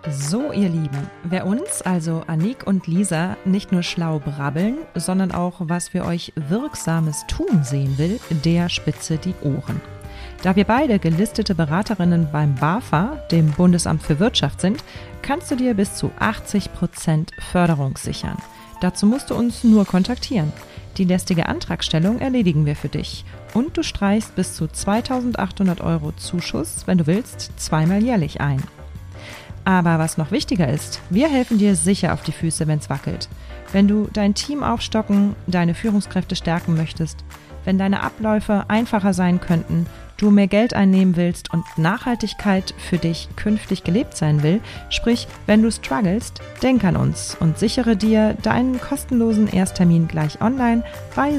So, ihr Lieben, wer uns, also Anik und Lisa, nicht nur schlau brabbeln, sondern auch was für euch Wirksames tun sehen will, der spitze die Ohren. Da wir beide gelistete Beraterinnen beim BAFA, dem Bundesamt für Wirtschaft, sind, kannst du dir bis zu 80% Förderung sichern. Dazu musst du uns nur kontaktieren. Die lästige Antragstellung erledigen wir für dich. Und du streichst bis zu 2.800 € Zuschuss, wenn du willst, zweimal jährlich ein. Aber was noch wichtiger ist, wir helfen dir sicher auf die Füße, wenn's wackelt. Wenn du dein Team aufstocken, deine Führungskräfte stärken möchtest, wenn deine Abläufe einfacher sein könnten, du mehr Geld einnehmen willst und Nachhaltigkeit für dich künftig gelebt sein will, sprich, wenn du strugglest, denk an uns und sichere dir deinen kostenlosen Ersttermin gleich online bei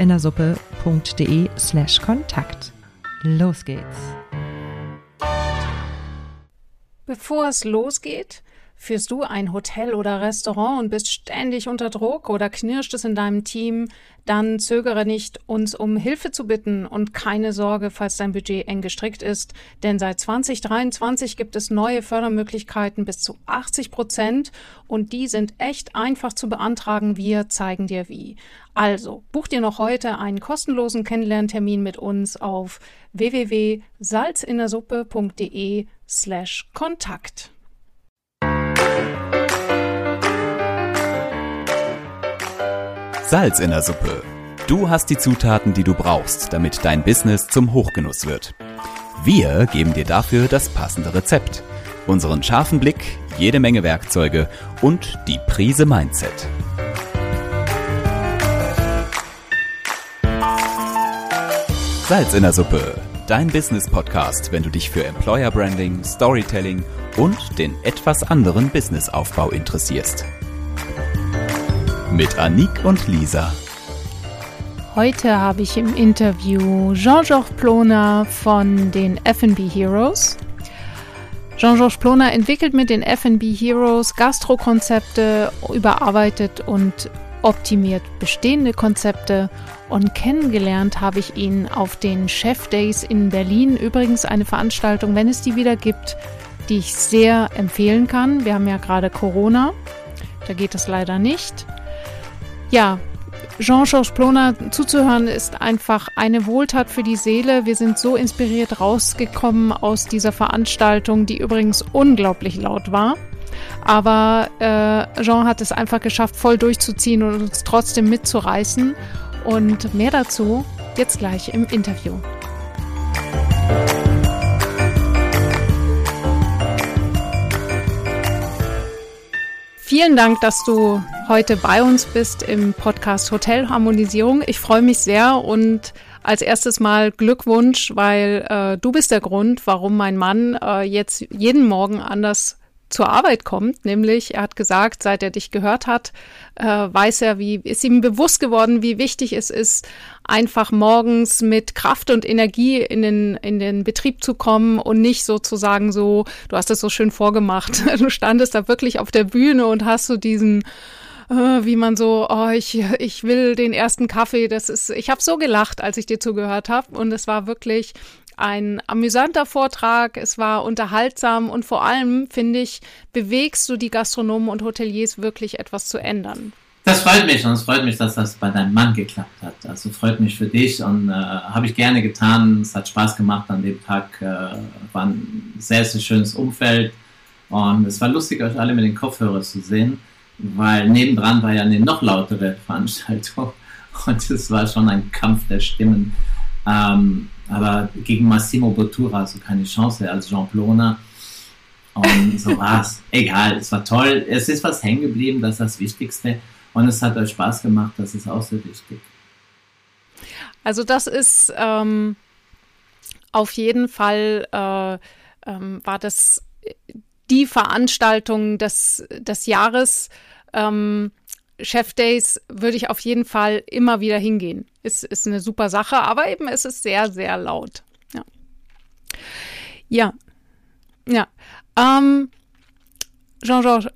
salzinnersuppe.de/Kontakt. Los geht's! Bevor es losgeht, führst du ein Hotel oder Restaurant und bist ständig unter Druck oder knirscht es in deinem Team, dann zögere nicht, uns um Hilfe zu bitten und keine Sorge, falls dein Budget eng gestrickt ist, denn seit 2023 gibt es neue Fördermöglichkeiten bis zu 80% und die sind echt einfach zu beantragen. Wir zeigen dir wie. Also, buch dir noch heute einen kostenlosen Kennenlerntermin mit uns auf www.salzinnersuppe.de/Kontakt. Salz in der Suppe. Du hast die Zutaten, die du brauchst, damit dein Business zum Hochgenuss wird. Wir geben dir dafür das passende Rezept, unseren scharfen Blick, jede Menge Werkzeuge und die Prise Mindset. Salz in der Suppe, dein Business-Podcast, wenn du dich für Employer Branding, Storytelling und den etwas anderen Businessaufbau interessierst. Mit Anik und Lisa. Heute habe ich im Interview Jean-Georges Ploner von den F&B Heroes. Jean-Georges Ploner entwickelt mit den F&B Heroes Gastrokonzepte, überarbeitet und optimiert bestehende Konzepte und kennengelernt habe ich ihn auf den Chef Days in Berlin. Übrigens eine Veranstaltung, wenn es die wieder gibt, die ich sehr empfehlen kann. Wir haben ja gerade Corona, da geht es leider nicht. Ja, Jean-Georges Ploner zuzuhören ist einfach eine Wohltat für die Seele. Wir sind so inspiriert rausgekommen aus dieser Veranstaltung, die übrigens unglaublich laut war. Aber Jean hat es einfach geschafft, voll durchzuziehen und uns trotzdem mitzureißen. Und mehr dazu jetzt gleich im Interview. Vielen Dank, dass du heute bei uns bist im Podcast Hotelharmonisierung. Ich freue mich sehr und als erstes mal Glückwunsch, weil du bist der Grund, warum mein Mann jetzt jeden Morgen anders zur Arbeit kommt. Nämlich, er hat gesagt, seit er dich gehört hat, ist ihm bewusst geworden, wie wichtig es ist, einfach morgens mit Kraft und Energie in den Betrieb zu kommen und nicht sozusagen so, du hast es so schön vorgemacht, du standest da wirklich auf der Bühne und hast so diesen, wie man so, ich will den ersten Kaffee, ich habe so gelacht, als ich dir zugehört habe und es war wirklich ein amüsanter Vortrag, es war unterhaltsam und vor allem, finde ich, bewegst du die Gastronomen und Hoteliers wirklich etwas zu ändern. Das freut mich und es freut mich, dass das bei deinem Mann geklappt hat. Also freut mich für dich und habe ich gerne getan. Es hat Spaß gemacht an dem Tag. War ein sehr, sehr schönes Umfeld und es war lustig, euch alle mit den Kopfhörern zu sehen, weil nebendran war ja eine noch lautere Veranstaltung und es war schon ein Kampf der Stimmen. Aber gegen Massimo Bottura so keine Chance als Jean Ploner. Und so war's. Egal, es war toll. Es ist was hängen geblieben, das ist das Wichtigste. Und es hat euch Spaß gemacht, das ist auch sehr wichtig. Also das ist auf jeden Fall, war das die Veranstaltung des Jahres. Chef Days würde ich auf jeden Fall immer wieder hingehen. Ist eine super Sache, aber eben es ist sehr, sehr laut. Ja. Jean-Georges,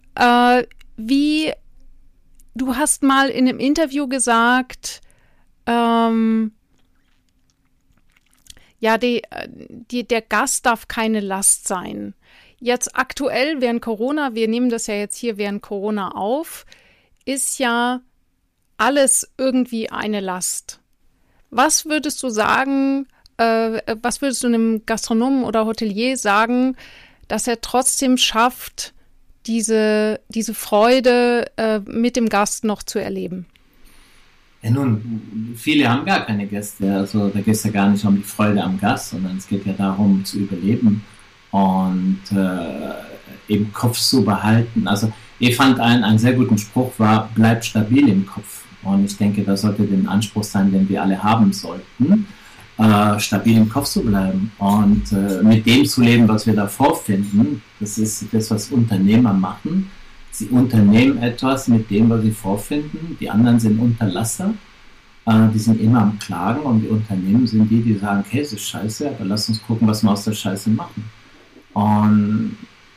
du hast mal in einem Interview gesagt, der Gast darf keine Last sein. Jetzt aktuell während Corona, wir nehmen das ja jetzt hier während Corona auf, ist ja alles irgendwie eine Last. Was würdest du sagen, was würdest du einem Gastronomen oder Hotelier sagen, dass er trotzdem schafft, diese Freude mit dem Gast noch zu erleben? Ja, nun, viele haben gar keine Gäste. Also da geht es ja gar nicht um die Freude am Gast, sondern es geht ja darum, zu überleben und im Kopf zu behalten. Also ich fand einen sehr guten Spruch war, bleib stabil im Kopf. Und ich denke, das sollte den Anspruch sein, den wir alle haben sollten, stabil im Kopf zu bleiben und mit dem zu leben, was wir da vorfinden. Das ist das, was Unternehmer machen. Sie unternehmen etwas mit dem, was sie vorfinden. Die anderen sind Unterlasser. Die sind immer am Klagen und die Unternehmen sind die sagen, okay, es ist scheiße, aber lass uns gucken, was wir aus der Scheiße machen. Und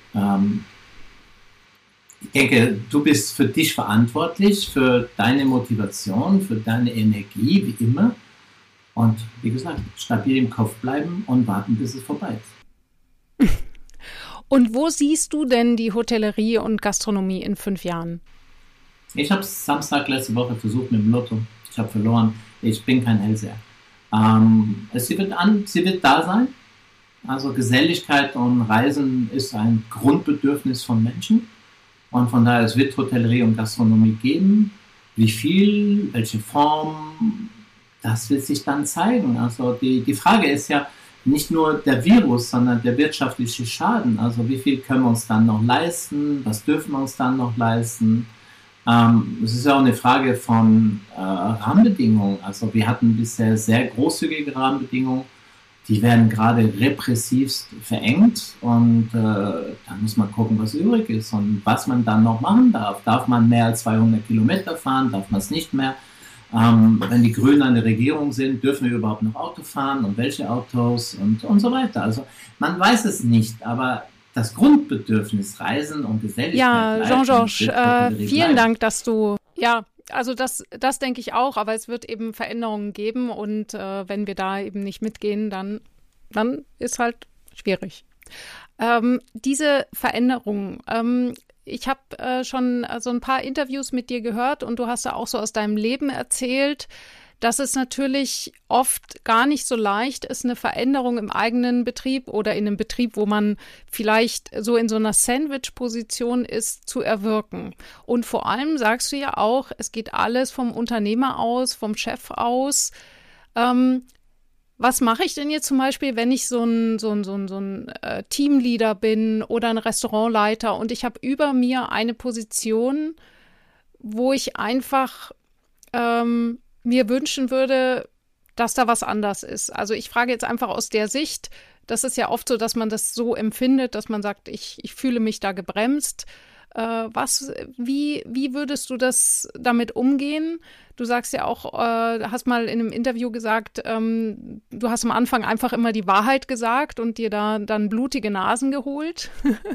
ich denke, du bist für dich verantwortlich, für deine Motivation, für deine Energie, wie immer. Und wie gesagt, stabil im Kopf bleiben und warten, bis es vorbei ist. Und wo siehst du denn die Hotellerie und Gastronomie in 5 Jahren? Ich habe es Samstag letzte Woche versucht mit dem Lotto. Ich habe verloren. Ich bin kein Hellseher. Sie wird da sein. Also Geselligkeit und Reisen ist ein Grundbedürfnis von Menschen. Und von daher, es wird Hotellerie und Gastronomie geben. Wie viel, welche Form, das wird sich dann zeigen. Also die Frage ist ja, nicht nur der Virus, sondern der wirtschaftliche Schaden. Also wie viel können wir uns dann noch leisten? Was dürfen wir uns dann noch leisten? Es ist ja auch eine Frage von Rahmenbedingungen. Also wir hatten bisher sehr großzügige Rahmenbedingungen. Die werden gerade repressivst verengt. Und da muss man gucken, was übrig ist und was man dann noch machen darf. Darf man mehr als 200 Kilometer fahren? Darf man es nicht mehr? Wenn die Grünen an der Regierung sind, dürfen wir überhaupt noch Auto fahren und welche Autos und so weiter. Also man weiß es nicht, aber das Grundbedürfnis Reisen und Geselligkeit. Ja, Jean-Georges, vielen Dank, dass du, also das denke ich auch, aber es wird eben Veränderungen geben und wenn wir da eben nicht mitgehen, dann ist halt schwierig. Diese Veränderungen, ich habe schon so ein paar Interviews mit dir gehört und du hast ja auch so aus deinem Leben erzählt, dass es natürlich oft gar nicht so leicht ist, eine Veränderung im eigenen Betrieb oder in einem Betrieb, wo man vielleicht so in so einer Sandwich-Position ist, zu erwirken. Und vor allem sagst du ja auch, es geht alles vom Unternehmer aus, vom Chef aus. Was mache ich denn jetzt zum Beispiel, wenn ich so ein Teamleader bin oder ein Restaurantleiter und ich habe über mir eine Position, wo ich einfach mir wünschen würde, dass da was anders ist. Also ich frage jetzt einfach aus der Sicht, das ist ja oft so, dass man das so empfindet, dass man sagt, ich fühle mich da gebremst. Wie würdest du das damit umgehen? Du sagst ja auch, hast mal in einem Interview gesagt, du hast am Anfang einfach immer die Wahrheit gesagt und dir da dann blutige Nasen geholt.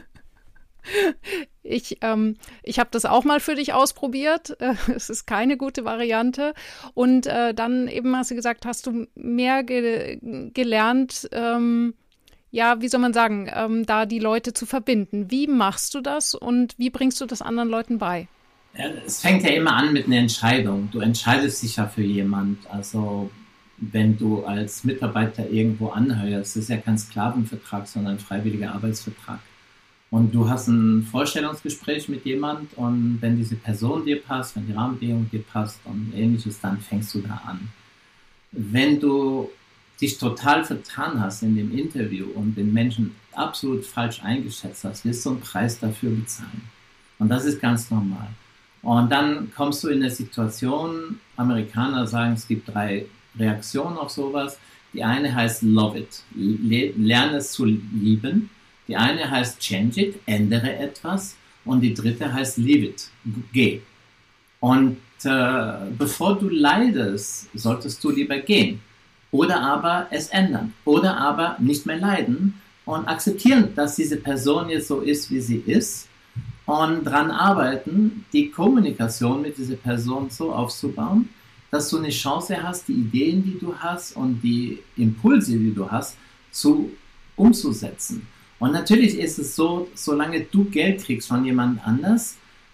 Ich habe das auch mal für dich ausprobiert. Es ist keine gute Variante. Und dann eben hast du gesagt, hast du mehr gelernt, wie soll man sagen, da die Leute zu verbinden. Wie machst du das und wie bringst du das anderen Leuten bei? Ja, es fängt ja immer an mit einer Entscheidung. Du entscheidest dich ja für jemand. Also wenn du als Mitarbeiter irgendwo anheuerst, das ist ja kein Sklavenvertrag, sondern ein freiwilliger Arbeitsvertrag. Und du hast ein Vorstellungsgespräch mit jemand und wenn diese Person dir passt, wenn die Rahmenbedingungen dir passt und ähnliches, dann fängst du da an. Wenn du dich total vertan hast in dem Interview und den Menschen absolut falsch eingeschätzt hast, wirst du einen Preis dafür bezahlen. Und das ist ganz normal. Und dann kommst du in eine Situation, Amerikaner sagen, es gibt 3 Reaktionen auf sowas. Die eine heißt love it, lerne es zu lieben. Die eine heißt change it, ändere etwas. Und die dritte heißt leave it, geh. Und bevor du leidest, solltest du lieber gehen. Oder aber es ändern. Oder aber nicht mehr leiden und akzeptieren, dass diese Person jetzt so ist, wie sie ist. Und daran arbeiten, die Kommunikation mit dieser Person so aufzubauen, dass du eine Chance hast, die Ideen, die du hast und die Impulse, die du hast, umzusetzen. Und natürlich ist es so, solange du Geld kriegst von jemand anders,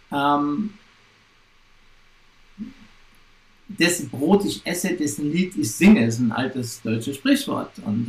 dessen Brot ich esse, dessen Lied ich singe, ist ein altes deutsches Sprichwort. Und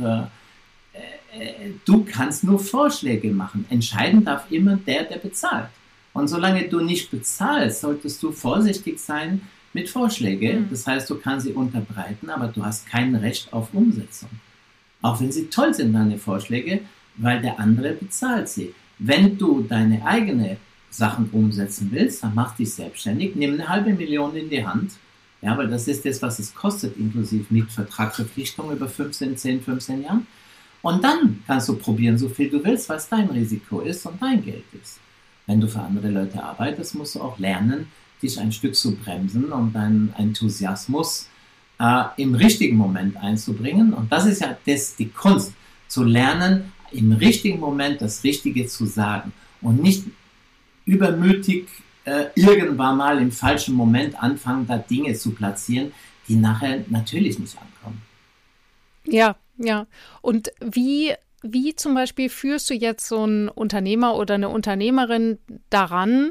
du kannst nur Vorschläge machen. Entscheiden darf immer der bezahlt. Und solange du nicht bezahlst, solltest du vorsichtig sein mit Vorschlägen. Das heißt, du kannst sie unterbreiten, aber du hast kein Recht auf Umsetzung. Auch wenn sie toll sind, deine Vorschläge, weil der andere bezahlt sie. Wenn du deine eigenen Sachen umsetzen willst, dann mach dich selbstständig, nimm 500.000 in die Hand, ja, weil das ist das, was es kostet, inklusive Mietvertragsverpflichtung über 15 Jahren. Und dann kannst du probieren, so viel du willst, was dein Risiko ist und dein Geld ist. Wenn du für andere Leute arbeitest, musst du auch lernen, dich ein Stück zu bremsen und deinen Enthusiasmus im richtigen Moment einzubringen. Und das ist ja die Kunst, zu lernen, im richtigen Moment das Richtige zu sagen und nicht übermütig irgendwann mal im falschen Moment anfangen, da Dinge zu platzieren, die nachher natürlich nicht ankommen. Ja, ja. Und wie zum Beispiel führst du jetzt so einen Unternehmer oder eine Unternehmerin daran,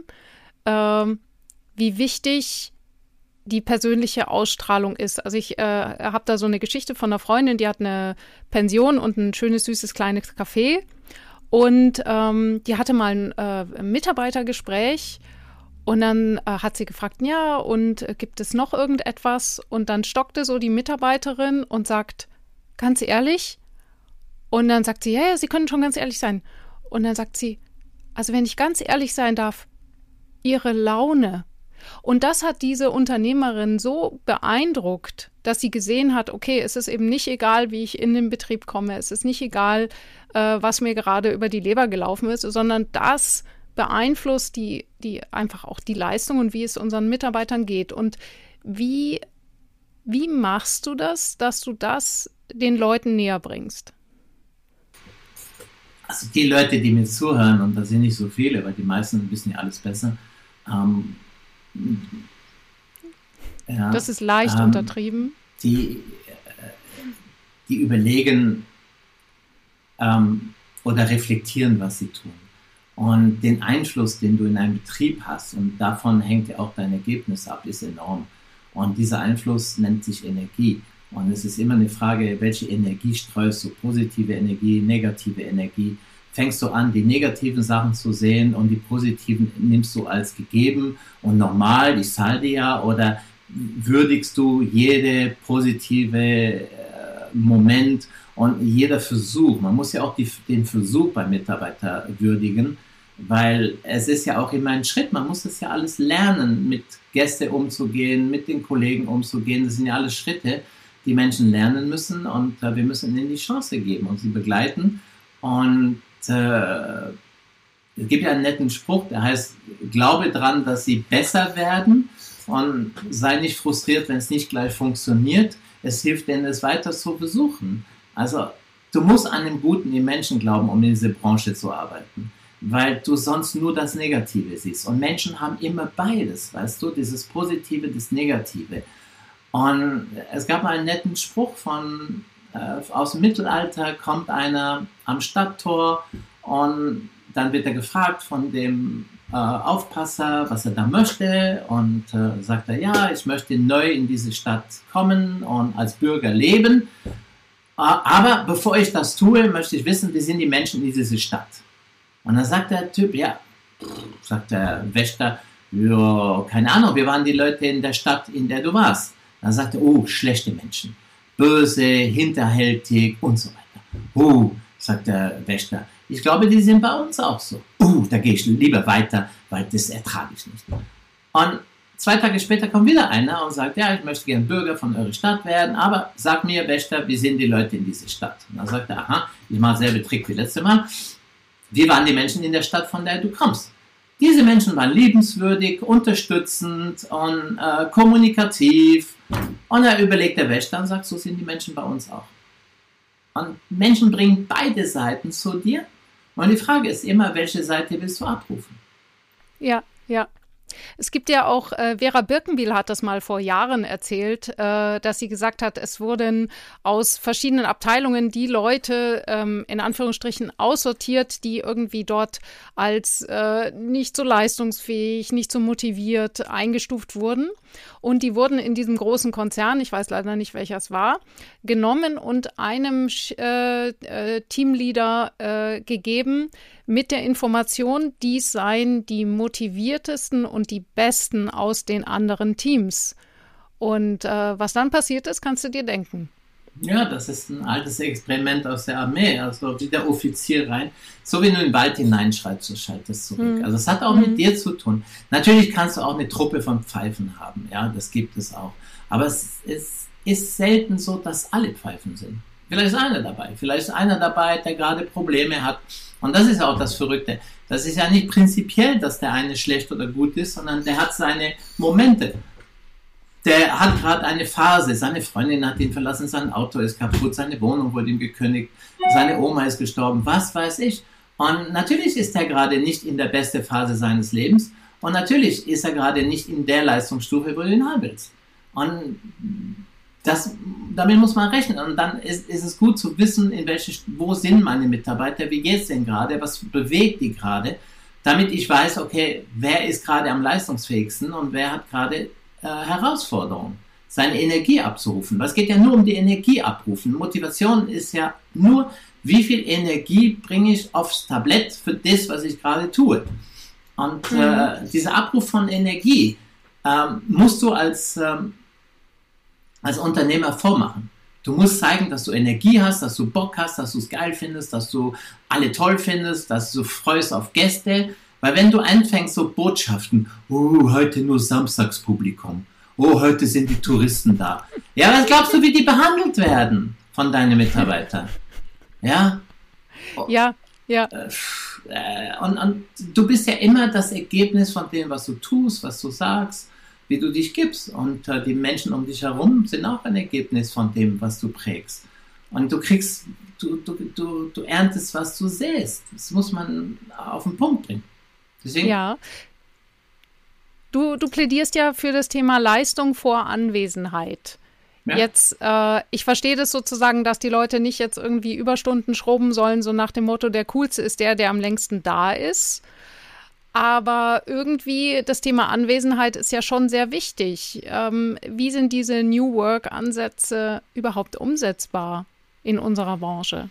wie wichtig die persönliche Ausstrahlung ist? Also ich habe da so eine Geschichte von einer Freundin, die hat eine Pension und ein schönes, süßes, kleines Café. Und die hatte mal ein Mitarbeitergespräch und dann hat sie gefragt, ja, und gibt es noch irgendetwas? Und dann stockte so die Mitarbeiterin und sagt, ganz ehrlich? Und dann sagt sie, ja, Sie können schon ganz ehrlich sein. Und dann sagt sie, also wenn ich ganz ehrlich sein darf, Ihre Laune. Und das hat diese Unternehmerin so beeindruckt, dass sie gesehen hat, okay, es ist eben nicht egal, wie ich in den Betrieb komme, es ist nicht egal, was mir gerade über die Leber gelaufen ist, sondern das beeinflusst die einfach auch die Leistung und wie es unseren Mitarbeitern geht. Und wie machst du das, dass du das den Leuten näher bringst? Also die Leute, die mir zuhören, und das sind nicht so viele, weil die meisten wissen ja alles besser, ja, das ist leicht untertrieben. Die überlegen oder reflektieren, was sie tun. Und den Einfluss, den du in einem Betrieb hast, und davon hängt ja auch dein Ergebnis ab, ist enorm. Und dieser Einfluss nennt sich Energie. Und es ist immer eine Frage, welche Energie streust du? Positive Energie, negative Energie. Fängst du an, die negativen Sachen zu sehen und die positiven nimmst du als gegeben und normal, ich zahle dir ja, oder würdigst du jede positive Moment und jeder Versuch? Man muss ja auch den Versuch beim Mitarbeiter würdigen, weil es ist ja auch immer ein Schritt, man muss das ja alles lernen, mit Gästen umzugehen, mit den Kollegen umzugehen, das sind ja alles Schritte, die Menschen lernen müssen, und wir müssen ihnen die Chance geben und sie begleiten. Und es gibt ja einen netten Spruch, der heißt, glaube dran, dass sie besser werden und sei nicht frustriert, wenn es nicht gleich funktioniert. Es hilft denen, es weiter zu versuchen. Also du musst an den Guten im Menschen glauben, um in diese Branche zu arbeiten, weil du sonst nur das Negative siehst. Und Menschen haben immer beides, weißt du, dieses Positive, das Negative. Und es gab mal einen netten Spruch aus dem Mittelalter, kommt einer am Stadttor und dann wird er gefragt von dem Aufpasser, was er da möchte, und sagt er, ja, ich möchte neu in diese Stadt kommen und als Bürger leben, aber bevor ich das tue, möchte ich wissen, wie sind die Menschen in dieser Stadt. Und dann sagt der Typ, ja, sagt der Wächter, ja, keine Ahnung, wir waren die Leute in der Stadt, in der du warst. Dann sagt er, oh, schlechte Menschen, böse, hinterhältig und so weiter. Sagt der Wächter, ich glaube, die sind bei uns auch so. Da gehe ich lieber weiter, weil das ertrage ich nicht. Und 2 Tage später kommt wieder einer und sagt, ja, ich möchte gerne Bürger von eurer Stadt werden, aber sag mir, Wächter, wie sind die Leute in dieser Stadt? Und dann sagt er, aha, ich mache selbe Trick wie letztes Mal. Wie waren die Menschen in der Stadt, von der du kommst? Diese Menschen waren liebenswürdig, unterstützend und kommunikativ. Und er überlegt der Wächter und sagt, so sind die Menschen bei uns auch. Und Menschen bringen beide Seiten zu dir. Und die Frage ist immer, welche Seite willst du abrufen? Ja, ja. Es gibt ja auch, Vera Birkenbiel hat das mal vor Jahren erzählt, dass sie gesagt hat, es wurden aus verschiedenen Abteilungen die Leute in Anführungsstrichen aussortiert, die irgendwie dort als nicht so leistungsfähig, nicht so motiviert eingestuft wurden. Und die wurden in diesem großen Konzern, ich weiß leider nicht, welcher es war, genommen und einem Teamleader gegeben mit der Information, dies seien die motiviertesten und die besten aus den anderen Teams. Und was dann passiert ist, kannst du dir denken. Ja, das ist ein altes Experiment aus der Armee, also wie der Offizier rein, so wie du in den Wald hineinschreibst, du schaltest zurück. Also es hat auch mit dir zu tun. Natürlich kannst du auch eine Truppe von Pfeifen haben, ja, das gibt es auch. Aber es ist selten so, dass alle Pfeifen sind. Vielleicht ist einer dabei, der gerade Probleme hat. Und das ist auch das Verrückte. Das ist ja nicht prinzipiell, dass der eine schlecht oder gut ist, sondern der hat seine Momente. Der hat gerade eine Phase, seine Freundin hat ihn verlassen, sein Auto ist kaputt, seine Wohnung wurde ihm gekündigt, seine Oma ist gestorben, was weiß ich. Und natürlich ist er gerade nicht in der besten Phase seines Lebens und natürlich ist er gerade nicht in der Leistungsstufe, wo du ihn haben willst. Und damit muss man rechnen. Und dann ist es gut zu wissen, wo sind meine Mitarbeiter, wie geht es denen gerade, was bewegt die gerade, damit ich weiß, okay, wer ist gerade am leistungsfähigsten und wer hat gerade Herausforderung, seine Energie abzurufen. Es geht ja nur um die Energie abrufen. Motivation ist ja nur, wie viel Energie bringe ich aufs Tablett für das, was ich gerade tue. Und dieser Abruf von Energie musst du als Unternehmer vormachen. Du musst zeigen, dass du Energie hast, dass du Bock hast, dass du es geil findest, dass du alle toll findest, dass du freust auf Gäste. Weil wenn du anfängst, so Botschaften, oh, heute nur Samstagspublikum, oh, heute sind die Touristen da. Ja, was glaubst du, wie die behandelt werden von deinen Mitarbeitern? Ja? Ja. Und du bist ja immer das Ergebnis von dem, was du tust, was du sagst, wie du dich gibst. Und die Menschen um dich herum sind auch ein Ergebnis von dem, was du prägst. Und du erntest, was du säst. Das muss man auf den Punkt bringen. Deswegen. Ja. Du plädierst ja für das Thema Leistung vor Anwesenheit. Ja. Jetzt, ich verstehe das sozusagen, dass die Leute nicht jetzt irgendwie Überstunden schrubben sollen, so nach dem Motto, der Coolste ist der am längsten da ist. Aber irgendwie das Thema Anwesenheit ist ja schon sehr wichtig. Wie sind diese New Work-Ansätze überhaupt umsetzbar in unserer Branche?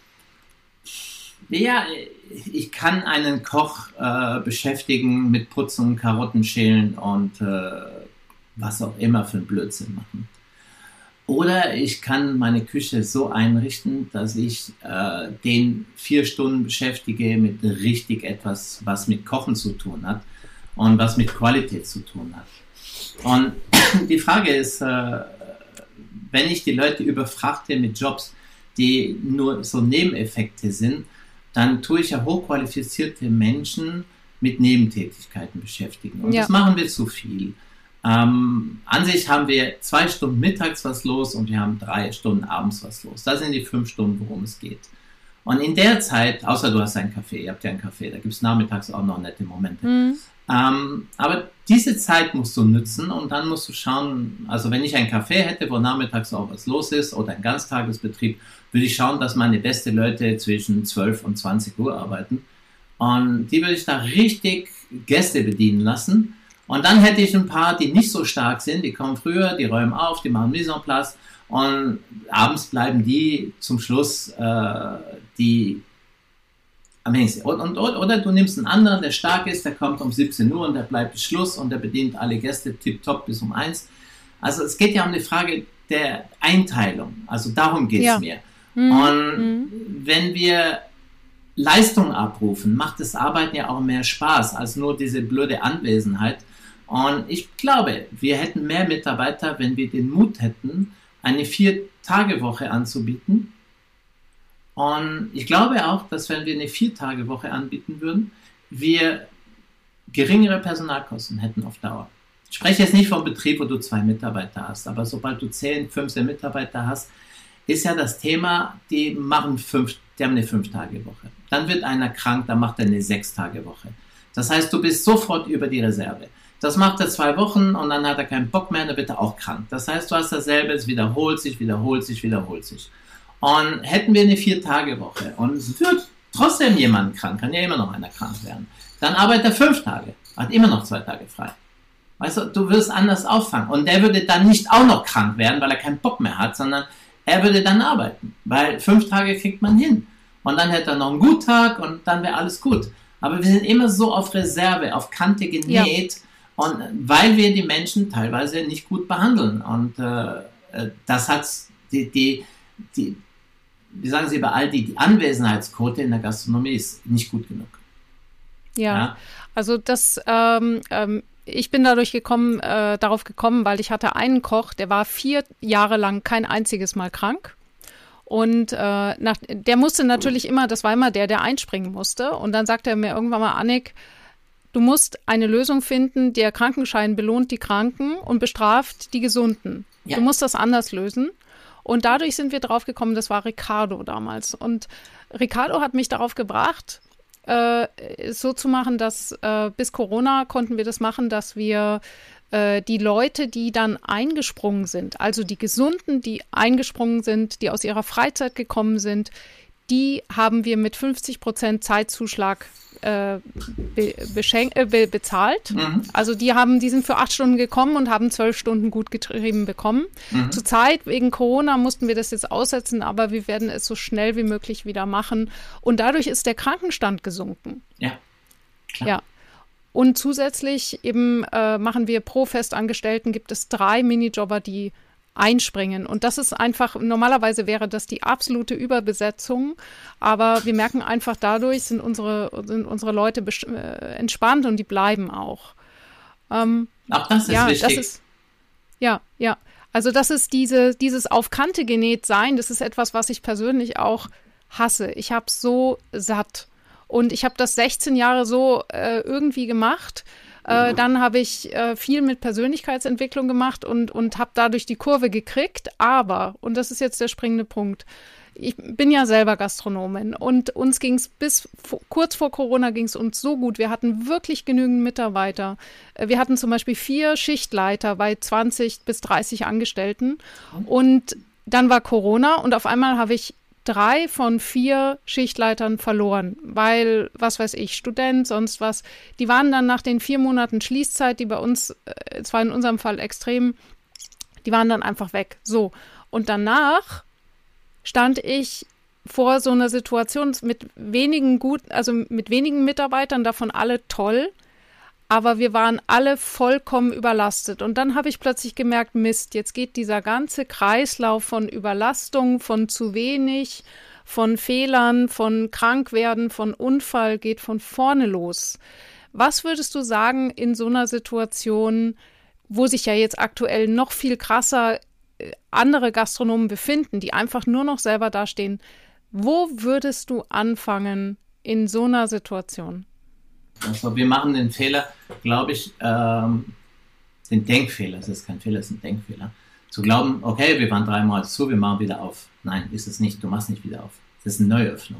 Ja, ich kann einen Koch beschäftigen mit Putzen, Karotten schälen und was auch immer für einen Blödsinn machen. Oder ich kann meine Küche so einrichten, dass ich den 4 Stunden beschäftige mit richtig etwas, was mit Kochen zu tun hat und was mit Qualität zu tun hat. Und die Frage ist, wenn ich die Leute überfrachte mit Jobs, die nur so Nebeneffekte sind, dann tue ich ja hochqualifizierte Menschen mit Nebentätigkeiten beschäftigen. Und das machen wir zu viel. An sich haben wir 2 Stunden mittags was los und wir haben 3 Stunden abends was los. Das sind die 5 Stunden, worum es geht. Und in der Zeit, außer du hast einen Kaffee, ihr habt ja einen Kaffee, da gibt es nachmittags auch noch nette Momente. Aber diese Zeit musst du nutzen und dann musst du schauen, also wenn ich einen Kaffee hätte, wo nachmittags auch was los ist oder ein Ganztagesbetrieb, würde ich schauen, dass meine besten Leute zwischen 12 und 20 Uhr arbeiten. Und die würde ich da richtig Gäste bedienen lassen. Und dann hätte ich ein paar, die nicht so stark sind, die kommen früher, die räumen auf, die machen Mise en place und abends bleiben die zum Schluss die am längsten. Oder du nimmst einen anderen, der stark ist, der kommt um 17 Uhr und der bleibt bis Schluss und der bedient alle Gäste tipptopp bis um 1. Also es geht ja um die Frage der Einteilung, also darum geht es mir. Und wenn wir Leistung abrufen, macht das Arbeiten ja auch mehr Spaß als nur diese blöde Anwesenheit. Und ich glaube, wir hätten mehr Mitarbeiter, wenn wir den Mut hätten, eine 4-Tage-Woche anzubieten. Und ich glaube auch, dass wenn wir eine 4-Tage-Woche anbieten würden, wir geringere Personalkosten hätten auf Dauer. Ich spreche jetzt nicht vom Betrieb, wo du 2 Mitarbeiter hast, aber sobald du 10, 15 Mitarbeiter hast, ist ja das Thema, die haben eine 5-Tage-Woche. Dann wird einer krank, dann macht er eine 6-Tage-Woche. Das heißt, du bist sofort über die Reserve. Das macht er 2 Wochen und dann hat er keinen Bock mehr, dann wird er auch krank. Das heißt, du hast dasselbe, es wiederholt sich. Und hätten wir eine 4-Tage-Woche und es wird trotzdem jemand krank, kann ja immer noch einer krank werden, dann arbeitet er 5 Tage, hat immer noch 2 Tage frei. Weißt du, du wirst anders auffangen. Und der würde dann nicht auch noch krank werden, weil er keinen Bock mehr hat, sondern er würde dann arbeiten, weil 5 Tage kriegt man hin. Und dann hätte er noch einen Guttag und dann wäre alles gut. Aber wir sind immer so auf Reserve, auf Kante genäht, und weil wir die Menschen teilweise nicht gut behandeln. Und das hat wie sagen Sie überall, die Anwesenheitsquote in der Gastronomie ist nicht gut genug. Ja. Also das, ich bin darauf gekommen, weil ich hatte einen Koch, der war 4 Jahre lang kein einziges Mal krank. Und der musste natürlich immer, das war immer der einspringen musste. Und dann sagte er mir irgendwann mal, Annik, du musst eine Lösung finden, der Krankenschein belohnt die Kranken und bestraft die Gesunden. Ja. Du musst das anders lösen. Und dadurch sind wir drauf gekommen, das war Ricardo damals. Und Ricardo hat mich darauf gebracht, so zu machen, dass bis Corona konnten wir das machen, dass wir die Leute, die dann eingesprungen sind, also die Gesunden, die eingesprungen sind, die aus ihrer Freizeit gekommen sind, die haben wir mit 50% Zeitzuschlag bezahlt. Mhm. Also die sind für 8 Stunden gekommen und haben 12 Stunden gut getrieben bekommen. Mhm. Zurzeit wegen Corona mussten wir das jetzt aussetzen, aber wir werden es so schnell wie möglich wieder machen. Und dadurch ist der Krankenstand gesunken. Ja, klar. Ja. Und zusätzlich eben machen wir pro Festangestellten, gibt es 3 Minijobber, die einspringen. Und das ist einfach, normalerweise wäre das die absolute Überbesetzung, aber wir merken einfach, dadurch sind unsere Leute entspannt und die bleiben auch. Auch das ist wichtig. Also das ist dieses auf Kante genäht sein, das ist etwas, was ich persönlich auch hasse. Ich habe so satt. Und ich habe das 16 Jahre so irgendwie gemacht. Dann habe ich viel mit Persönlichkeitsentwicklung gemacht und habe dadurch die Kurve gekriegt. Aber, und das ist jetzt der springende Punkt, ich bin ja selber Gastronomin und uns ging es kurz vor Corona ging es uns so gut. Wir hatten wirklich genügend Mitarbeiter. Wir hatten zum Beispiel 4 Schichtleiter bei 20 bis 30 Angestellten. Und dann war Corona und auf einmal habe ich 3 von 4 Schichtleitern verloren, weil, was weiß ich, Student, sonst was. Die waren dann nach den 4 Monaten Schließzeit, die bei uns, es war in unserem Fall extrem, die waren dann einfach weg. So. Und danach stand ich vor so einer Situation mit wenigen Mitarbeitern, davon alle toll, aber wir waren alle vollkommen überlastet. Und dann habe ich plötzlich gemerkt, Mist, jetzt geht dieser ganze Kreislauf von Überlastung, von zu wenig, von Fehlern, von Krankwerden, von Unfall, geht von vorne los. Was würdest du sagen in so einer Situation, wo sich ja jetzt aktuell noch viel krasser andere Gastronomen befinden, die einfach nur noch selber dastehen, wo würdest du anfangen in so einer Situation? Also wir machen den Fehler, glaube ich, den Denkfehler, es ist kein Fehler, es ist ein Denkfehler, zu glauben, okay, wir waren 3 Monate zu, wir machen wieder auf. Nein, ist es nicht, du machst nicht wieder auf. Es ist eine Neuöffnung.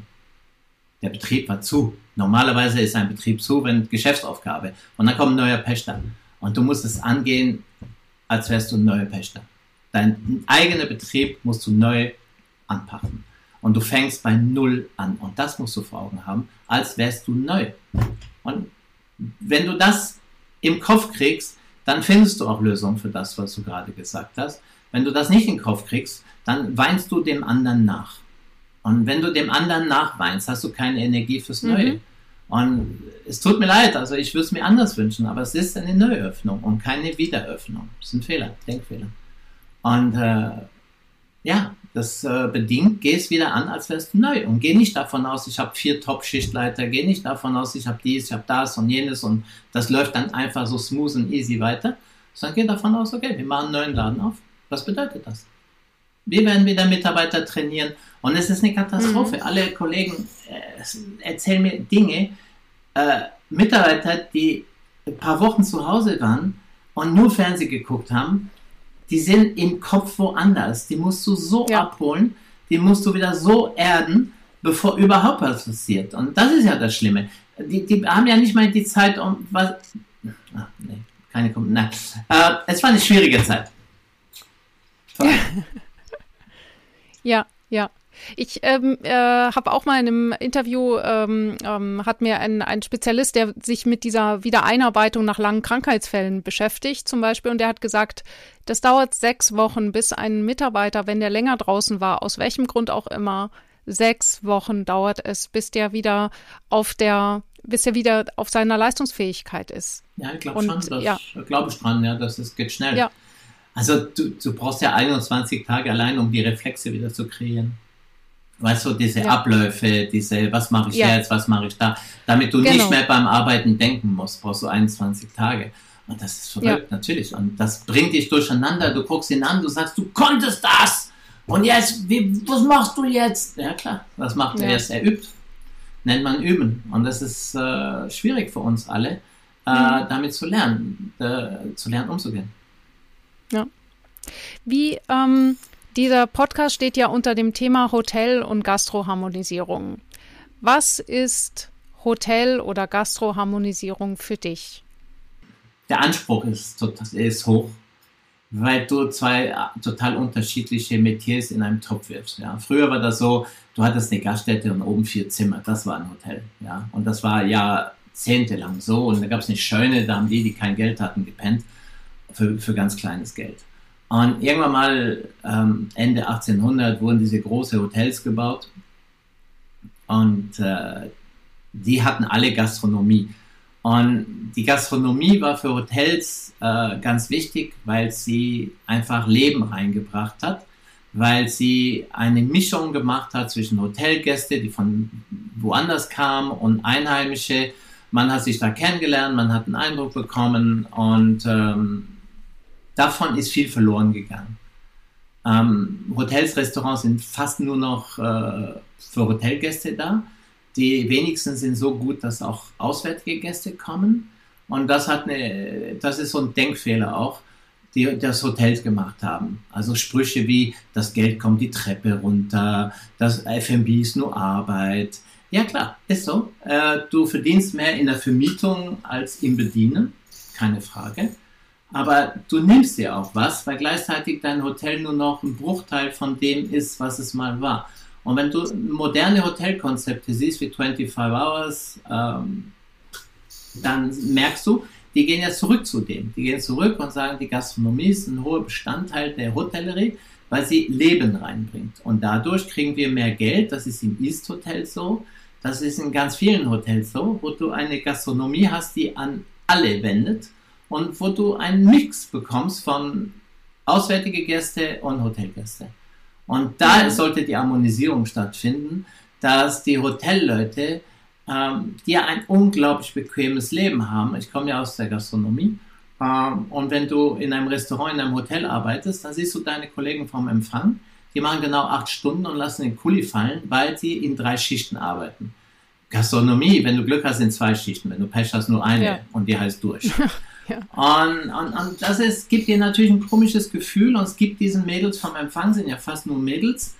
Der Betrieb war zu. Normalerweise ist ein Betrieb zu, wenn Geschäftsaufgabe und dann kommt ein neuer Pächter und du musst es angehen, als wärst du ein neuer Pächter. Dein eigener Betrieb musst du neu anpacken. Und du fängst bei 0 an. Und das musst du vor Augen haben, als wärst du neu. Und wenn du das im Kopf kriegst, dann findest du auch Lösungen für das, was du gerade gesagt hast. Wenn du das nicht in den Kopf kriegst, dann weinst du dem anderen nach. Und wenn du dem anderen nachweinst, hast du keine Energie fürs Neue. Und es tut mir leid, also ich würde es mir anders wünschen, aber es ist eine Neuöffnung und keine Wiederöffnung. Das ist ein Fehler, Denkfehler. Und das bedingt, geh es wieder an, als wärst du neu. Und geh nicht davon aus, ich habe 4 Top-Schichtleiter, geh nicht davon aus, ich habe dies, ich habe das und jenes und das läuft dann einfach so smooth und easy weiter, sondern geh davon aus, okay, wir machen einen neuen Laden auf. Was bedeutet das? Wir werden wieder Mitarbeiter trainieren und es ist eine Katastrophe. Alle Kollegen erzählen mir Dinge, Mitarbeiter, die ein paar Wochen zu Hause waren und nur Fernsehen geguckt haben, die sind im Kopf woanders. Die musst du so abholen, die musst du wieder so erden, bevor überhaupt was passiert. Und das ist ja das Schlimme. Die haben ja nicht mal die Zeit, um was... Keine Nein. Es war eine schwierige Zeit. Ja. Ich habe auch mal in einem Interview, hat mir ein Spezialist, der sich mit dieser Wiedereinarbeitung nach langen Krankheitsfällen beschäftigt zum Beispiel, und der hat gesagt, das dauert 6 Wochen, bis ein Mitarbeiter, wenn der länger draußen war, aus welchem Grund auch immer, 6 Wochen dauert es, bis der wieder auf seiner Leistungsfähigkeit ist. Ja, ich glaube schon, glaube ich dran, ja, geht schnell. Ja. Also du brauchst ja 21 Tage allein, um die Reflexe wieder zu kreieren. Weißt du, diese Abläufe, was mache ich jetzt, was mache ich da, damit du nicht mehr beim Arbeiten denken musst, brauchst du 21 Tage. Und das ist verrückt, natürlich. Und das bringt dich durcheinander. Du guckst ihn an, du sagst, du konntest das. Und jetzt, was machst du jetzt? Ja klar, was macht er jetzt? Er übt. Nennt man Üben. Und das ist schwierig für uns alle, damit zu lernen umzugehen. Ja. Wie, dieser Podcast steht ja unter dem Thema Hotel- und Gastroharmonisierung. Was ist Hotel- oder Gastroharmonisierung für dich? Der Anspruch ist hoch, weil du 2 total unterschiedliche Metiers in einem Topf wirfst. Ja. Früher war das so, du hattest eine Gaststätte und oben 4 Zimmer, das war ein Hotel. Ja. Und das war jahrzehntelang so. Und da gab es eine Scheune, da haben die kein Geld hatten, gepennt für ganz kleines Geld. Und irgendwann mal Ende 1800 wurden diese großen Hotels gebaut und die hatten alle Gastronomie. Und die Gastronomie war für Hotels ganz wichtig, weil sie einfach Leben reingebracht hat, weil sie eine Mischung gemacht hat zwischen Hotelgäste, die von woanders kamen, und Einheimische. Man hat sich da kennengelernt, man hat einen Eindruck bekommen, und davon ist viel verloren gegangen. Hotels, Restaurants sind fast nur noch für Hotelgäste da. Die wenigsten sind so gut, dass auch auswärtige Gäste kommen. Und das ist so ein Denkfehler auch, die das Hotels gemacht haben. Also Sprüche wie, das Geld kommt die Treppe runter, das F&B ist nur Arbeit. Ja klar, ist so. Du verdienst mehr in der Vermietung als im Bedienen, keine Frage. Aber du nimmst dir auch was, weil gleichzeitig dein Hotel nur noch ein Bruchteil von dem ist, was es mal war. Und wenn du moderne Hotelkonzepte siehst, wie 25 Hours, dann merkst du, die gehen ja zurück zu dem. Die gehen zurück und sagen, die Gastronomie ist ein hoher Bestandteil der Hotellerie, weil sie Leben reinbringt. Und dadurch kriegen wir mehr Geld. Das ist im East Hotel so. Das ist in ganz vielen Hotels so, wo du eine Gastronomie hast, die an alle wendet. Und wo du einen Mix bekommst von auswärtige Gäste und Hotelgäste. Und da sollte die Harmonisierung stattfinden, dass die Hotelleute, die ja ein unglaublich bequemes Leben haben, ich komme ja aus der Gastronomie, und wenn du in einem Restaurant, in einem Hotel arbeitest, dann siehst du deine Kollegen vom Empfang, die machen genau 8 Stunden und lassen den Kuli fallen, weil sie in 3 Schichten arbeiten. Gastronomie, wenn du Glück hast, in 2 Schichten, wenn du Pech hast, nur eine, und die heißt durch. Ja. Und das gibt dir natürlich ein komisches Gefühl, und es gibt diesen Mädels vom Empfang, sind ja fast nur Mädels,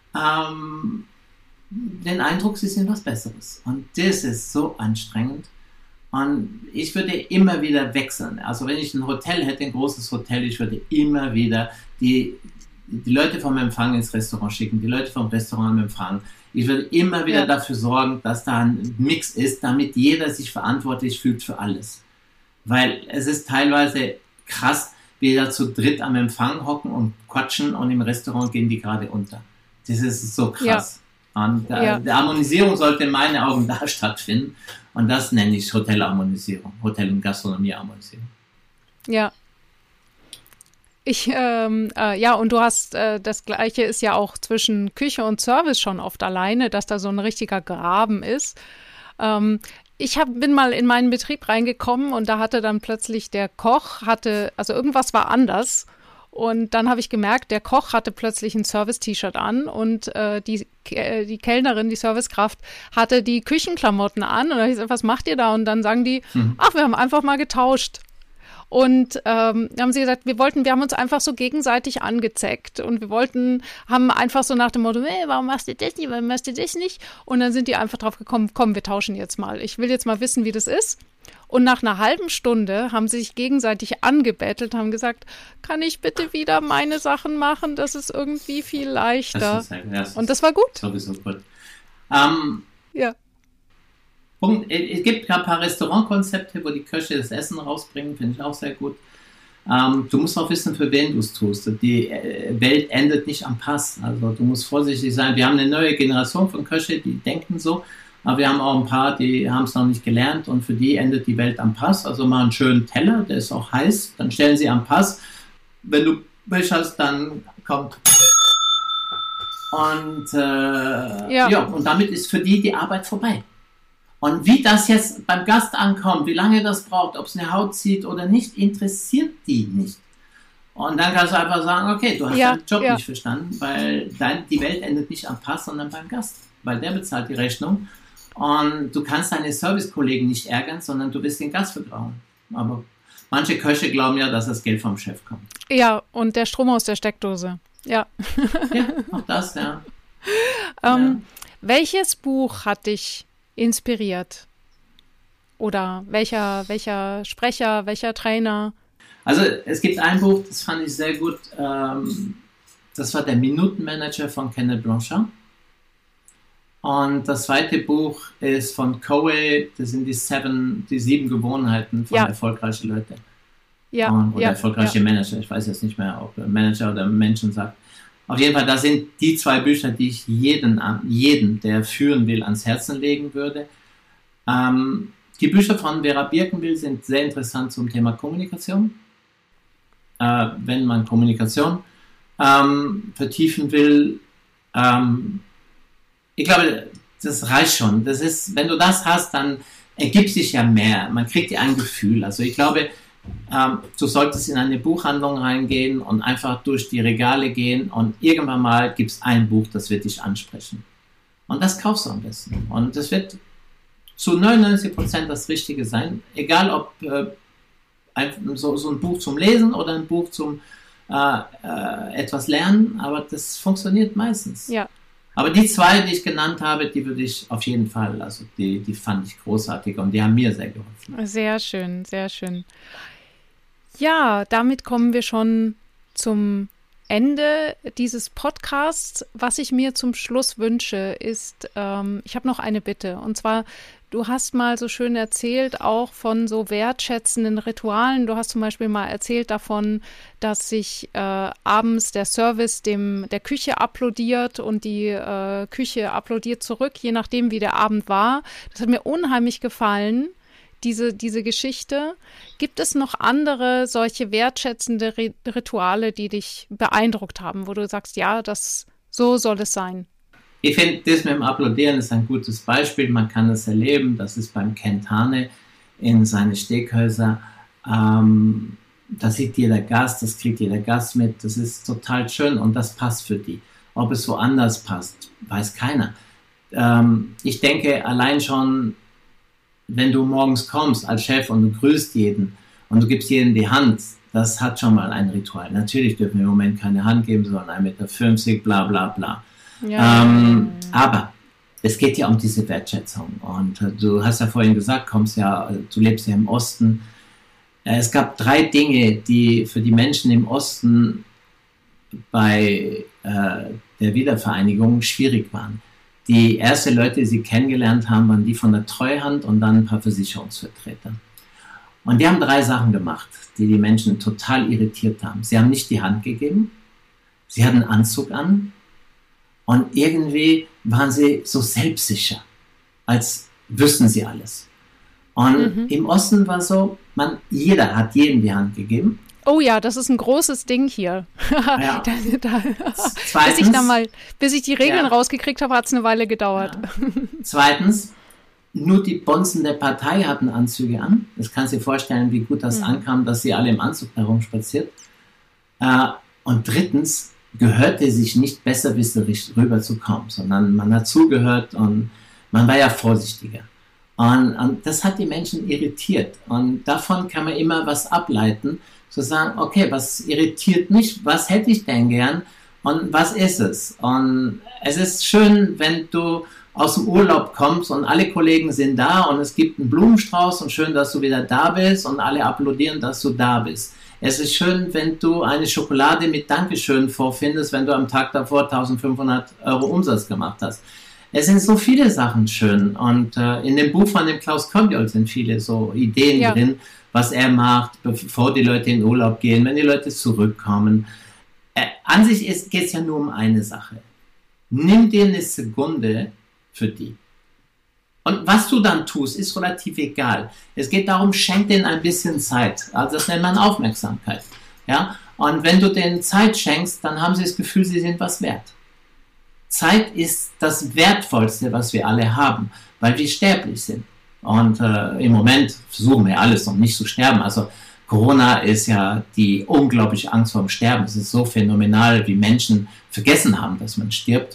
den Eindruck, sie sind was Besseres. Und das ist so anstrengend. Und ich würde immer wieder wechseln. Also wenn ich ein Hotel hätte, ein großes Hotel, ich würde immer wieder die Leute vom Empfang ins Restaurant schicken, die Leute vom Restaurant im Empfang. Ich würde immer wieder dafür sorgen, dass da ein Mix ist, damit jeder sich verantwortlich fühlt für alles. Weil es ist teilweise krass, wie da zu dritt am Empfang hocken und quatschen, und im Restaurant gehen die gerade unter. Das ist so krass. Ja. Und die Harmonisierung sollte in meinen Augen da stattfinden. Und das nenne ich Hotelharmonisierung, Hotel- und Gastronomieharmonisierung. Ja. Und du hast, das Gleiche ist ja auch zwischen Küche und Service schon oft alleine, dass da so ein richtiger Graben ist. Ich bin mal in meinen Betrieb reingekommen, und da hatte dann plötzlich der Koch, also irgendwas war anders. Und dann habe ich gemerkt, der Koch hatte plötzlich ein Service-T-Shirt an, und die Kellnerin, die Servicekraft, hatte die Küchenklamotten an. Und da habe ich gesagt, was macht ihr da? Und dann sagen die, wir haben einfach mal getauscht. Und haben sie gesagt, wir haben uns einfach so gegenseitig angezeckt, und haben einfach so nach dem Motto, warum machst du das nicht, warum machst du das nicht? Und dann sind die einfach drauf gekommen, komm, wir tauschen jetzt mal. Ich will jetzt mal wissen, wie das ist. Und nach einer halben Stunde haben sie sich gegenseitig angebettelt, haben gesagt, kann ich bitte wieder meine Sachen machen? Das ist irgendwie viel leichter. Und das war gut. Sowieso gut. Ja. Es gibt ein paar Restaurantkonzepte, wo die Köche das Essen rausbringen, finde ich auch sehr gut. Du musst auch wissen, für wen du es tust. Die Welt endet nicht am Pass. Also du musst vorsichtig sein. Wir haben eine neue Generation von Köche, die denken so. Aber wir haben auch ein paar, die haben es noch nicht gelernt und für die endet die Welt am Pass. Also mal einen schönen Teller, der ist auch heiß, dann stellen sie am Pass. Wenn du Pech hast, dann kommt. Und, und damit ist für die Arbeit vorbei. Und wie das jetzt beim Gast ankommt, wie lange das braucht, ob es eine Haut zieht oder nicht, interessiert die nicht. Und dann kannst du einfach sagen, okay, du hast deinen Job nicht verstanden, weil die Welt endet nicht am Pass, sondern beim Gast. Weil der bezahlt die Rechnung. Und du kannst deine Servicekollegen nicht ärgern, sondern du wirst den Gast vertrauen. Aber manche Köche glauben ja, dass das Geld vom Chef kommt. Ja, und der Strom aus der Steckdose. Ja. Ja, auch das, ja. Welches Buch hat dich inspiriert? Oder welcher Sprecher, welcher Trainer? Also es gibt ein Buch, das fand ich sehr gut. Das war der Minutenmanager von Kenneth Blanchard. Und das zweite Buch ist von Covey, das sind die 7 Gewohnheiten von erfolgreichen Leuten. Oder erfolgreiche Manager, ich weiß jetzt nicht mehr, ob Manager oder Menschen sagt. Auf jeden Fall, das sind die 2 Bücher, die ich jedem, der führen will, ans Herzen legen würde. Die Bücher von Vera Birkenbill sind sehr interessant zum Thema Kommunikation. Wenn man Kommunikation vertiefen will, ich glaube, das reicht schon. Das ist, wenn du das hast, dann ergibt sich ja mehr. Man kriegt ja ein Gefühl. Also ich glaube, du solltest in eine Buchhandlung reingehen und einfach durch die Regale gehen und irgendwann mal gibt es ein Buch, das wird dich ansprechen. Und das kaufst du am besten. Und das wird zu 99% das Richtige sein. Egal ob so ein Buch zum Lesen oder ein Buch zum etwas lernen, aber das funktioniert meistens. Ja. Aber die 2, die ich genannt habe, die würde ich auf jeden Fall, also die fand ich großartig und die haben mir sehr geholfen. Sehr schön, sehr schön. Ja, damit kommen wir schon zum Ende dieses Podcasts. Was ich mir zum Schluss wünsche, ist, ich habe noch eine Bitte. Und zwar, du hast mal so schön erzählt, auch von so wertschätzenden Ritualen. Du hast zum Beispiel mal erzählt davon, dass sich abends der Service der Küche applaudiert und die Küche applaudiert zurück, je nachdem, wie der Abend war. Das hat mir unheimlich gefallen, diese Geschichte. Gibt es noch andere solche wertschätzende Rituale, die dich beeindruckt haben, wo du sagst, ja, so soll es sein? Ich finde, das mit dem Applaudieren ist ein gutes Beispiel. Man kann es erleben. Das ist beim Ken Tane in seinen Steakhäusern. Da sieht jeder Gast, das kriegt jeder Gast mit. Das ist total schön und das passt für die. Ob es woanders passt, weiß keiner. Ich denke, allein schon, wenn du morgens kommst als Chef und du grüßt jeden und du gibst jedem die Hand, das hat schon mal ein Ritual. Natürlich dürfen wir im Moment keine Hand geben, sondern 1,50 Meter, bla bla bla. Ja. Aber es geht ja um diese Wertschätzung. Und du hast ja vorhin gesagt, du lebst ja im Osten. Es gab 3 Dinge, die für die Menschen im Osten bei der Wiedervereinigung schwierig waren. Die ersten Leute, die sie kennengelernt haben, waren die von der Treuhand und dann ein paar Versicherungsvertreter. Und die haben 3 Sachen gemacht, die die Menschen total irritiert haben. Sie haben nicht die Hand gegeben, sie hatten einen Anzug an und irgendwie waren sie so selbstsicher, als wüssten sie alles. Und im Osten war so, jeder hat jedem die Hand gegeben. Oh ja, das ist ein großes Ding hier. Ja. Bis ich die Regeln rausgekriegt habe, hat es eine Weile gedauert. Ja. Zweitens, nur die Bonzen der Partei hatten Anzüge an. Das kannst du dir vorstellen, wie gut das ankam, dass sie alle im Anzug herumspaziert. Und drittens, gehörte sich nicht besserwisserisch rüberzukommen, sondern man hat zugehört und man war ja vorsichtiger. Und das hat die Menschen irritiert. Und davon kann man immer was ableiten, zu sagen, okay, was irritiert mich, was hätte ich denn gern und was ist es? Und es ist schön, wenn du aus dem Urlaub kommst und alle Kollegen sind da und es gibt einen Blumenstrauß und schön, dass du wieder da bist und alle applaudieren, dass du da bist. Es ist schön, wenn du eine Schokolade mit Dankeschön vorfindest, wenn du am Tag davor 1.500 € Umsatz gemacht hast. Es sind so viele Sachen schön und in dem Buch von dem Klaus Komjol sind viele so Ideen drin, was er macht, bevor die Leute in Urlaub gehen, wenn die Leute zurückkommen. An sich geht es ja nur um eine Sache. Nimm dir eine Sekunde für die. Und was du dann tust, ist relativ egal. Es geht darum, schenk denen ein bisschen Zeit. Also das nennt man Aufmerksamkeit. Ja? Und wenn du denen Zeit schenkst, dann haben sie das Gefühl, sie sind was wert. Zeit ist das Wertvollste, was wir alle haben, weil wir sterblich sind. Und im Moment versuchen wir alles, um nicht zu sterben. Also Corona ist ja die unglaubliche Angst vor dem Sterben. Es ist so phänomenal, wie Menschen vergessen haben, dass man stirbt.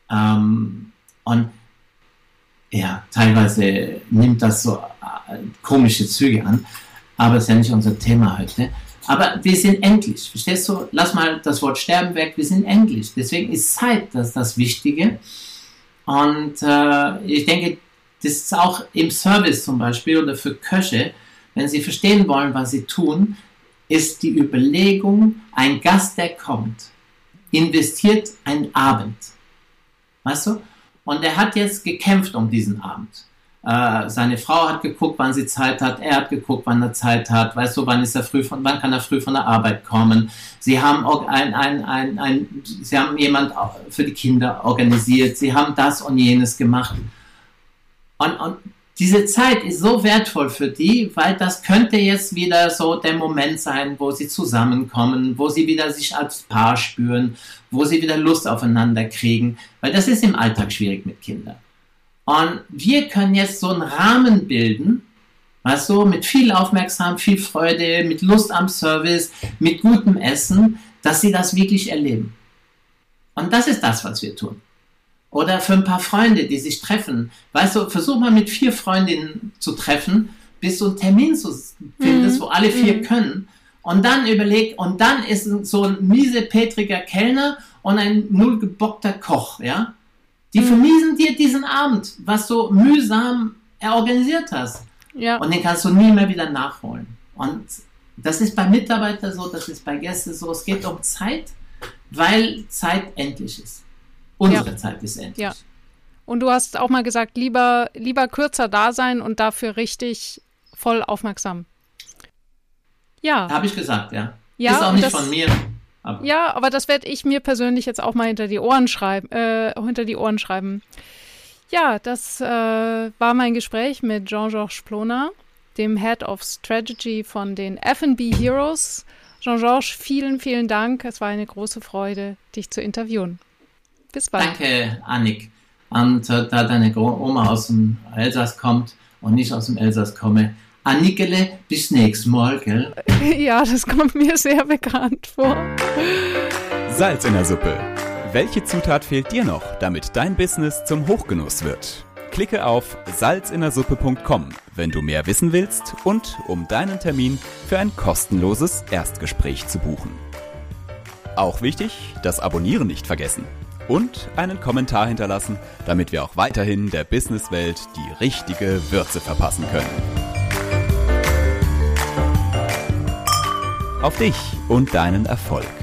Und ja, teilweise nimmt das so komische Züge an, aber es ist ja nicht unser Thema heute. Aber wir sind endlich, verstehst du? Lass mal das Wort Sterben weg, wir sind endlich. Deswegen ist Zeit das Wichtige. Und ich denke, das ist auch im Service zum Beispiel oder für Köche, wenn sie verstehen wollen, was sie tun, ist die Überlegung, ein Gast, der kommt, investiert einen Abend. Weißt du? Und er hat jetzt gekämpft um diesen Abend. Seine Frau hat geguckt, wann sie Zeit hat. Er hat geguckt, wann er Zeit hat. Weißt du, wann kann er früh von der Arbeit kommen? Sie haben sie haben jemand für die Kinder organisiert. Sie haben das und jenes gemacht. Und diese Zeit ist so wertvoll für die, weil das könnte jetzt wieder so der Moment sein, wo sie zusammenkommen, wo sie wieder sich als Paar spüren, wo sie wieder Lust aufeinander kriegen, weil das ist im Alltag schwierig mit Kindern. Und wir können jetzt so einen Rahmen bilden, weißt du, mit viel Aufmerksamkeit, viel Freude, mit Lust am Service, mit gutem Essen, dass sie das wirklich erleben. Und das ist das, was wir tun. Oder für ein paar Freunde, die sich treffen. Weißt du, versuch mal mit 4 Freundinnen zu treffen, bis du einen Termin findest, wo alle 4 können. Und dann und dann ist so ein miesepetriger Kellner und ein nullgebockter Koch, ja. Die vermiesen dir diesen Abend, was du mühsam organisiert hast. Ja. Und den kannst du nie mehr wieder nachholen. Und das ist bei Mitarbeitern so, das ist bei Gästen so. Es geht um Zeit, weil Zeit endlich ist. Unsere Zeit ist endlich. Ja. Und du hast auch mal gesagt, lieber kürzer da sein und dafür richtig voll aufmerksam. Ja. Habe ich gesagt, ja. Ist auch nicht von mir. Aber das werde ich mir persönlich jetzt auch mal hinter die Ohren schreiben. Ja, das war mein Gespräch mit Jean-Georges Plona, dem Head of Strategy von den F&B Heroes. Jean-Georges, vielen, vielen Dank. Es war eine große Freude, dich zu interviewen. Bis bald. Danke, Annik. Und da deine Oma aus dem Elsass kommt und nicht aus dem Elsass komme, Annikele, bis nächstes Mal, gell? Ja, das kommt mir sehr bekannt vor. Salz in der Suppe. Welche Zutat fehlt dir noch, damit dein Business zum Hochgenuss wird? Klicke auf salzindersuppe.com, wenn du mehr wissen willst und um deinen Termin für ein kostenloses Erstgespräch zu buchen. Auch wichtig, das Abonnieren nicht vergessen. Und einen Kommentar hinterlassen, damit wir auch weiterhin der Businesswelt die richtige Würze verpassen können. Auf dich und deinen Erfolg.